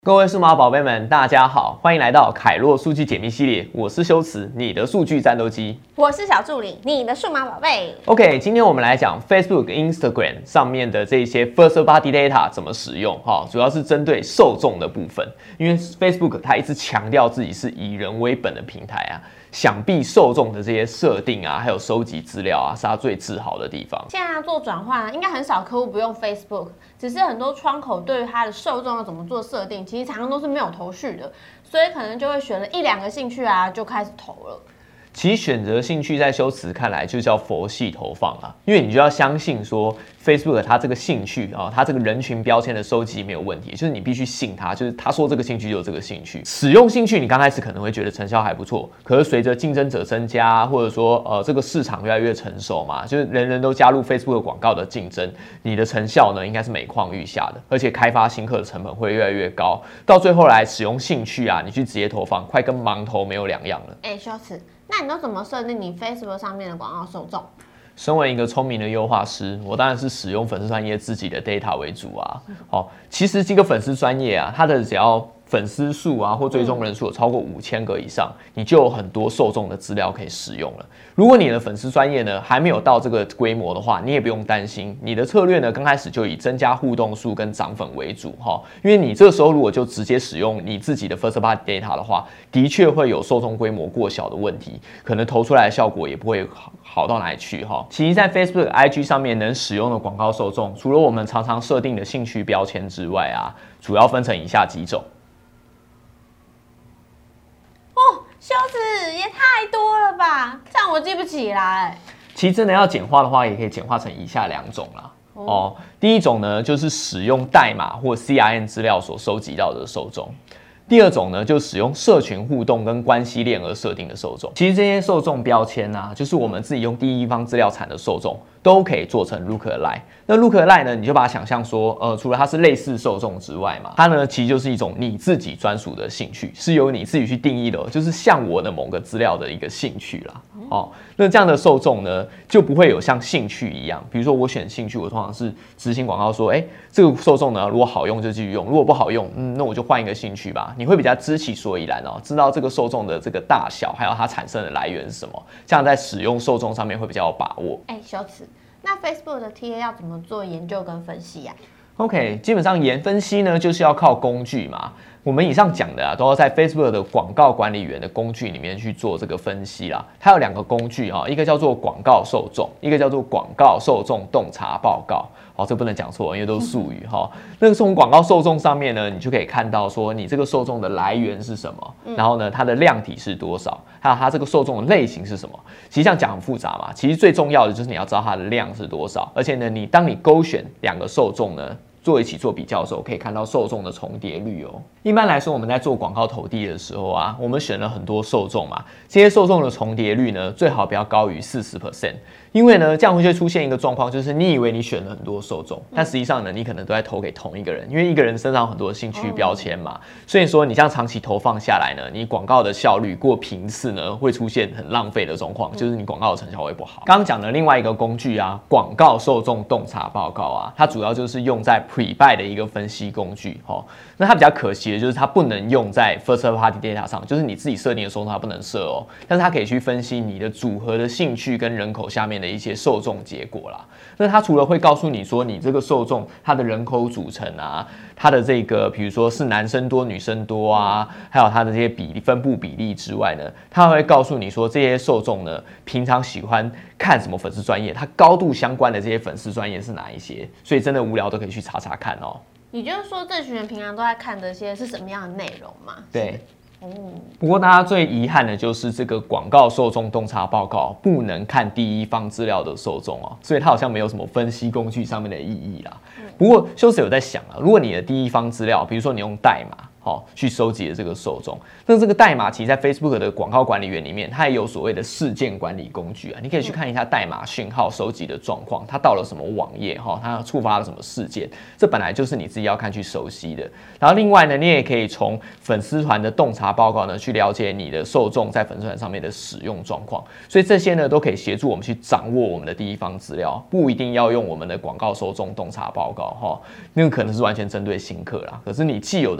各位数码宝贝们，大家好，欢迎来到凯洛数据解密系列。我是修辞，你的数据战斗机； 我是小助理，你的数码宝贝。 OK， 今天我们来讲 Facebook、Instagram 上面的这些 First Party Data 怎么使用，主要是针对受众的部分。因为 Facebook 它一直强调自己是以人为本的平台啊，想必受众的这些设定啊，还有收集资料啊，是它最自豪的地方。 现在做转换，应该很少客户不用 Facebook， 只是很多窗口对于它的受众要怎么做设定，其实常常都是没有头绪的，所以可能就会选了一两个兴趣啊，就开始投了。 其实选择兴趣在修辞看来就叫佛系投放啊，因为你就要相信说 Facebook 它这个兴趣啊，它这个人群标签的收集没有问题，就是你必须信它，就是他说这个兴趣就是这个兴趣。使用兴趣你刚开始可能会觉得成效还不错，可是随着竞争者增加，或者说这个市场越来越成熟嘛，就是人人都加入 Facebook 广告的竞争，你的成效呢应该是每况愈下的，而且开发新客的成本会越来越高，到最后来使用兴趣啊，你去直接投放，快跟盲投没有两样了。 修辞，那你都怎么设定你 Facebook 上面的广告受众？ 身为一个聪明的优化师，我当然是使用粉丝专页自己的 data 为主啊。其实这个粉丝专页啊，它的只要粉丝数啊或追踪人数有超过5000个以上，你就有很多受众的资料可以使用了。如果你的粉丝专页呢还没有到这个规模的话，你也不用担心，你的策略呢刚开始就以增加互动数跟涨粉为主因为你这个时候如果就直接使用你自己的 First Party Data 的话，的确会有受众规模过小的问题，可能投出来的效果也不会好到哪里去其实，在 Facebook、IG 上面能使用的广告受众，除了我们常常设定的兴趣标签之外啊，主要分成以下几种。 修辞也太多了吧，这样我记不起来。 其实真的要简化的话，也可以简化成以下两种啦。第一种呢，就是使用代码或 CRM 资料所收集到的受众。第二种呢，就使用社群互动跟关系链而设定的受众。其实这些受众标签啊，就是我们自己用第一方资料产的受众，都可以做成 Lookalike。那 Lookalike 呢，你就把它想象说，除了它是类似受众之外嘛，它呢其实就是一种你自己专属的兴趣，是由你自己去定义的，就是像我的某个资料的一个兴趣啦。那这样的受众呢，就不会有像兴趣一样，比如说我选兴趣，我通常是执行广告说，这个受众呢，如果好用就继续用，如果不好用，那我就换一个兴趣吧。你会比较知其所以然知道这个受众的这个大小，还有它产生的来源是什么，这样在使用受众上面会比较有把握。 修辞，那 Facebook 的 TA 要怎么做研究跟分析呀 ？OK， 基本上分析呢，就是要靠工具嘛。我们以上讲的都要在 Facebook 的广告管理员的工具里面去做这个分析啦。它有两个工具一个叫做广告受众，一个叫做广告受众洞察报告。这不能讲错，因为都是术语那从广告受众上面呢，你就可以看到说你这个受众的来源是什么，然后呢它的量体是多少，还有它这个受众的类型是什么。其实这样讲很复杂嘛，其实最重要的就是你要知道它的量是多少，而且呢当你勾选两个受众呢一起做比较的时候，可以看到受众的重叠率一般来说，我们在做广告投递的时候啊，我们选了很多受众嘛，这些受众的重叠率呢，最好不要高于40%，因为呢，这样会出现一个状况，就是你以为你选了很多受众，但实际上呢，你可能都在投给同一个人，因为一个人身上有很多兴趣标签嘛，所以说你这样长期投放下来呢，你广告的效率过频次呢，会出现很浪费的状况，就是你广告的成效会不好。刚刚讲的另外一个工具啊，广告受众洞察报告啊，它主要就是用在 Pre-buy 的一个分析工具那它比较可惜的就是它不能用在 First Party Data 上，就是你自己设定的受众它不能设但是它可以去分析你的组合的兴趣跟人口下面的一些受众结果啦。那它除了会告诉你说你这个受众它的人口组成啊，它的这个比如说是男生多女生多啊，还有它的这些分布比例之外呢，它会告诉你说这些受众呢平常喜欢看什么粉丝专页，它高度相关的这些粉丝专页是哪一些，所以真的无聊都可以去查查看也就是说，这群人平常都在看这些是什么样的内容吗？ 对。不过大家最遗憾的就是这个广告受众洞察报告不能看第一方资料的受众所以它好像没有什么分析工具上面的意义啦。不过修辞有在想如果你的第一方资料，比如说你用代码去收集的这个受众，那这个代码其实在 Facebook 的广告管理员里面，它也有所谓的事件管理工具你可以去看一下代码讯号收集的状况，它到了什么网页它触发了什么事件，这本来就是你自己要看去熟悉的。然后另外呢，你也可以从粉丝团的洞察报告呢去了解你的受众在粉丝团上面的使用状况，所以这些呢都可以协助我们去掌握我们的第一方资料，不一定要用我们的广告受众洞察报告那个可能是完全针对新客啦。可是你既有的 data 的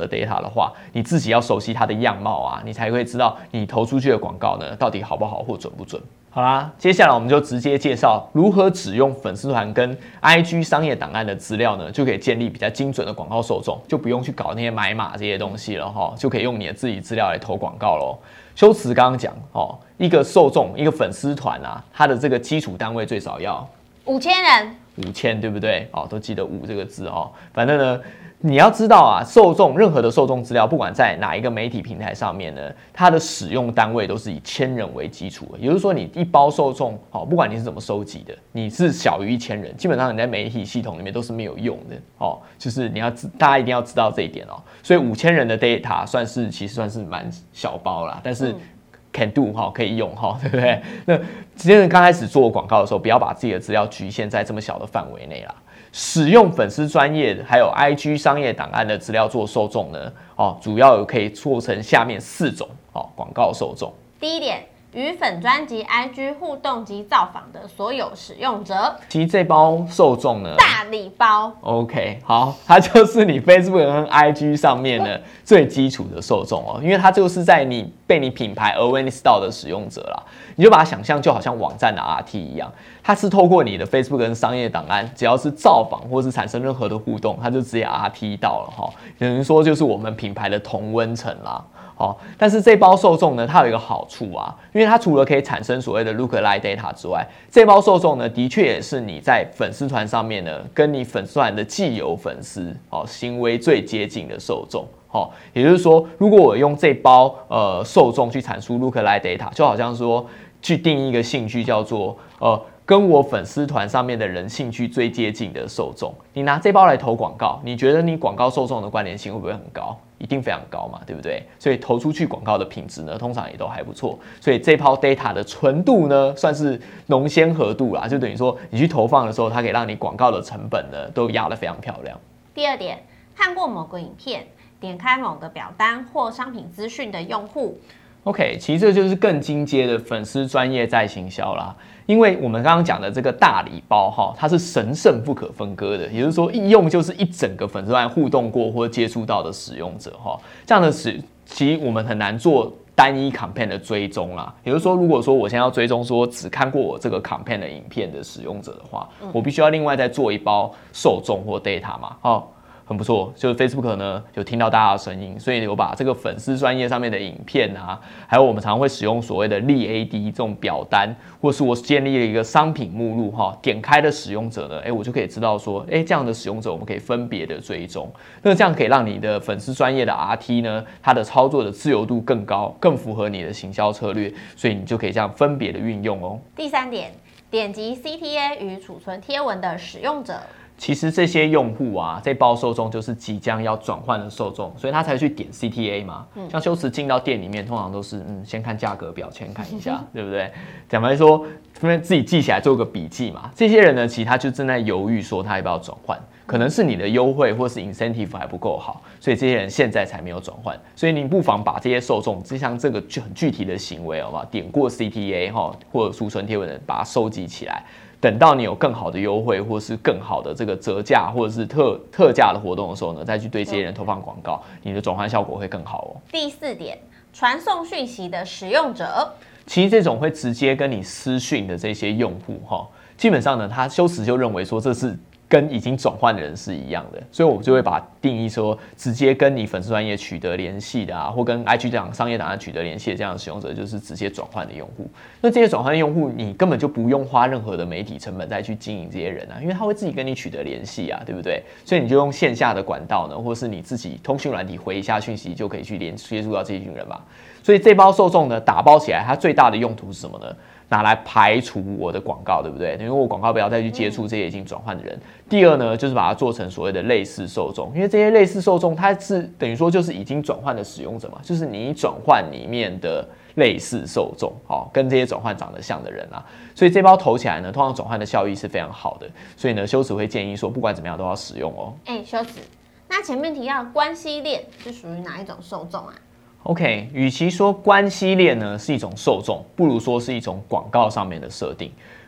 话，你自己要熟悉它的样貌啊，你才会知道你投出去的广告呢到底好不好或准不准。好啦，接下来我们就直接介绍如何只用粉丝团跟 IG 商业档案的资料呢，就可以建立比较精准的广告受众，就不用去搞那些买码这些东西了哈，就可以用你的自己资料来投广告咯。修辞刚刚讲哦，一个受众一个粉丝团啊，它的这个基础单位最少要 5000人 ，5000对不对？哦，都记得5这个字哦。反正呢，你要知道啊，受众任何的受众资料，不管在哪一个媒体平台上面呢，它的使用单位都是以1000人为基础的。也就是说，你一包受众，哦，不管你是怎么收集的，你是小于1000人，基本上你在媒体系统里面都是没有用的哦。就是大家一定要知道这一点哦。所以5000人的 data 其实算是蛮小包啦，但是can do 哈，可以用哈，对不对？那真的刚开始做广告的时候，不要把自己的资料局限在这么小的范围内啦。使用粉丝专业还有 IG 商业档案的资料做受众呢，哦，主要可以做成下面4种哦广告受众。 第一点，与粉专及 IG 互动及造访的所有使用者。 其实这包受众呢， 大礼包。 OK， 好，它就是你 Facebook 和 IG 上面呢最基础的受众哦，因为它就是在被你品牌 awareness 到的使用者啦，你就把它想象就好像网站的 RT 一样，它是透过你的 Facebook 跟商业档案，只要是造访或是产生任何的互动，它就直接 RT 到了哈，等于说就是我们品牌的同温层啦。哦，但是这包受众呢，它有一个好处啊，因为它除了可以产生所谓的 lookalike data 之外，这包受众呢，的确也是你在粉丝团上面呢，跟你粉丝团的既有粉丝行为最接近的受众。也就是说，如果我用这包受众去阐述 lookalike data， 就好像说去定义一个兴趣叫做跟我粉丝团上面的人兴趣最接近的受众，你拿这包来投广告，你觉得你广告受众的关联性会不会很高？一定非常高嘛，对不对？所以投出去广告的品质呢，通常也都还不错。所以这包 data 的纯度呢，算是浓鲜合度啦，就等于说你去投放的时候，它可以让你广告的成本呢都压得非常漂亮。 第二点，看过某个影片，点开某个表单或商品资讯的用户。 OK， 其实这就是更进阶的粉丝专业再行销啦。因为我们刚刚讲的这个大礼包哈，它是神圣不可分割的，也就是说一用就是一整个粉丝团互动过或接触到的使用者哈，这样的其实我们很难做单一 campaign 的追踪啦。也就是说，如果说我现在要追踪说只看过我这个 campaign 的影片的使用者的话，我必须要另外再做一包受众或 data 嘛，很不错，就是 Facebook 呢有听到大家的声音，所以有把这个粉丝专页上面的影片啊，还有我们常常会使用所谓的立 AD 这种表单，或是我建立了一个商品目录哈，点开的使用者呢，我就可以知道说，这样的使用者我们可以分别的追踪，那这样可以让你的粉丝专页的 RT 呢，它的操作的自由度更高，更符合你的行销策略，所以你就可以这样分别的运用哦。 第3点，点击 CTA 与储存贴文的使用者。 其实这些用户啊，这包受众就是即将要转换的受众，所以他才去点 CTA 嘛。像修辞进到店里面，通常都是先看价格表，先看一下，对不对？讲白说，自己记起来做个笔记嘛。这些人呢，其实他就正在犹豫说他要不要转换，可能是你的优惠或是 incentive 还不够好，所以这些人现在才没有转换。所以你不妨把这些受众，就像这个就很具体的行为，好不好？点过 CTA 或者储存贴文的，把它收集起来。等到你有更好的优惠，或是更好的这个折价，或者是特价的活动的时候呢，再去对这些人投放广告，你的转换效果会更好哦。 第4点，传送讯息的使用者， 其实这种会直接跟你私讯的这些用户基本上呢，他修辞就认为说这是跟已经转换的人是一样的，所以我就会把定义说，直接跟你粉丝专页取得联系的或跟 IG 这样商业档案取得联系的这样的使用者，就是直接转换的用户。那这些转换的用户，你根本就不用花任何的媒体成本再去经营这些人因为他会自己跟你取得联系对不对？所以你就用线下的管道呢，或是你自己通讯软体回一下讯息，就可以去接触到这一群人嘛。所以这包受众呢，打包起来，它最大的用途是什么呢？拿来排除我的广告，对不对？因为我广告不要再去接触这些已经转换的人。第二呢，就是把它做成所谓的类似受众，因为这些类似受众，它是等于说就是已经转换的使用者嘛，就是你转换里面的类似受众，跟这些转换长得像的人啦。所以这包投起来呢，通常转换的效益是非常好的。所以呢，修辞会建议说，不管怎么样都要使用哦。 修辞，那前面提到的关系链是属于哪一种受众啊 ？OK， 与其说关系链呢是一种受众，不如说是一种广告上面的设定。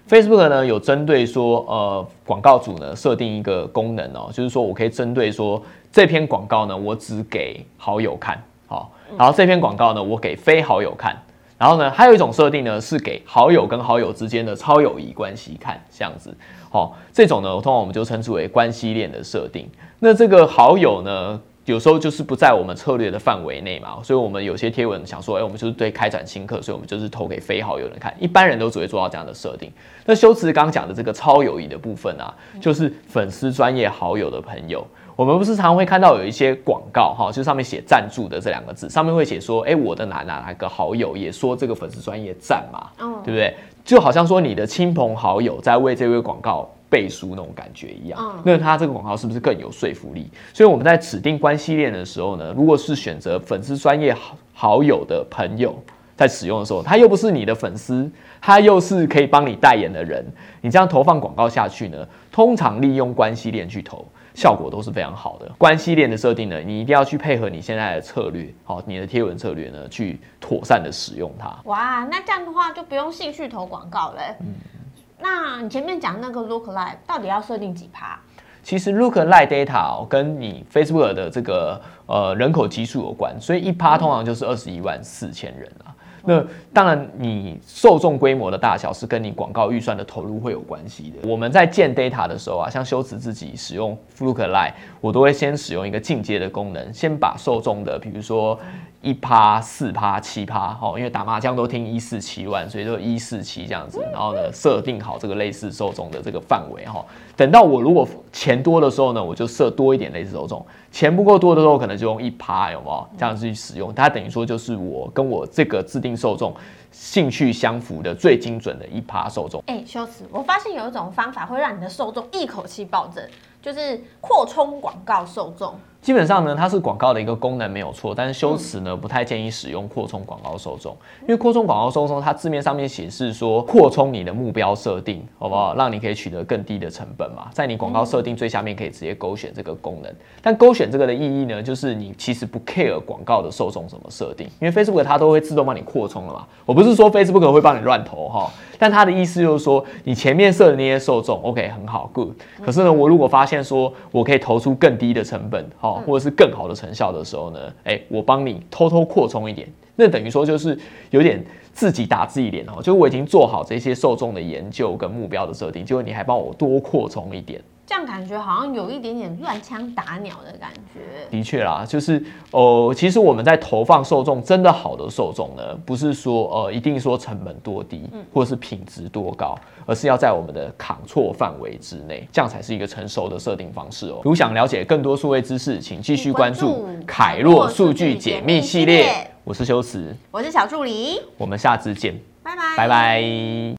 Facebook 呢有针对说，广告主呢设定一个功能哦，就是说我可以针对说这篇广告呢，我只给好友看，好，然后这篇广告呢，我给非好友看，然后呢，还有一种设定呢是给好友跟好友之间的超友谊关系看，这样子，好，这种呢，通常我们就称之为关系链的设定。那这个好友呢？有时候就是不在我们策略的范围内嘛，所以我们有些贴文想说，我们就是对开展新课，所以我们就是投给非好友人看，一般人都只会做到这样的设定。那修辞刚讲的这个超友谊的部分啊，就是粉丝专业好友的朋友，我们不是常会看到有一些广告哈，就上面写赞助的这2个字，上面会写说，我的哪个好友也说这个粉丝专业赞嘛，对不对？就好像说你的亲朋好友在为这位广告背书那种感觉一样，那他这个广告是不是更有说服力？所以我们在指定关系链的时候呢，如果是选择粉丝专业好友的朋友在使用的时候，他又不是你的粉丝，他又是可以帮你代言的人，你这样投放广告下去呢，通常利用关系链去投，效果都是非常好的。关系链的设定呢，你一定要去配合你现在的策略，好，你的贴文策略呢，去妥善的使用它。 哇，那这样的话就不用兴趣投广告了。那你前面讲那个 lookalike 到底要设定几%？ 其实 lookalike data 跟你 Facebook 的这个人口基数有关，所以1%通常就是214000人啦。那当然，你受众规模的大小是跟你广告预算的投入会有关系的。我们在建 data 的时候啊，像修辞自己使用 lookalike， 我都会先使用一个进阶的功能，先把受众的，比如说1%、4%、7%，因为打麻将都听147万，所以就147这样子，然后呢设定好这个类似受众的这个范围哈。等到我如果钱多的时候呢，我就设多一点类似受众；钱不够多的时候，可能就用1%，有没有这样去使用？它等于说就是我跟我这个制定受众兴趣相符的最精准的1%受众。 修辞，我发现有一种方法会让你的受众一口气暴增，就是扩充广告受众。 基本上呢，它是广告的一个功能没有错，但是修辞呢不太建议使用扩充广告受众，因为扩充广告受众它字面上面显示说扩充你的目标设定，好不好？让你可以取得更低的成本嘛，在你广告设定最下面可以直接勾选这个功能。但勾选这个的意义呢，就是你其实不 care 广告的受众怎么设定，因为 Facebook 它都会自动帮你扩充了嘛。我不是说 Facebook 会帮你乱投哈，但它的意思就是说你前面设的那些受众 OK 很好 good， 可是呢我如果发现说我可以投出更低的成本或者是更好的成效的时候呢，我帮你偷偷扩充一点，那等于说就是有点自己打自己脸哦，就我已经做好这些受众的研究跟目标的设定，结果你还帮我多扩充一点。 这样感觉好像有一点点乱枪打鸟的感觉。 的确啦，就是其实我们在投放受众真的好的受众呢，不是说一定说成本多低，或者是品质多高，而是要在我们的抗挫范围之内，这样才是一个成熟的设定方式哦。如果想了解更多数位知识，请继续关注凯洛数据解密系列。我是修辞， 我是小助理， 我们下次见， 拜拜， 拜拜。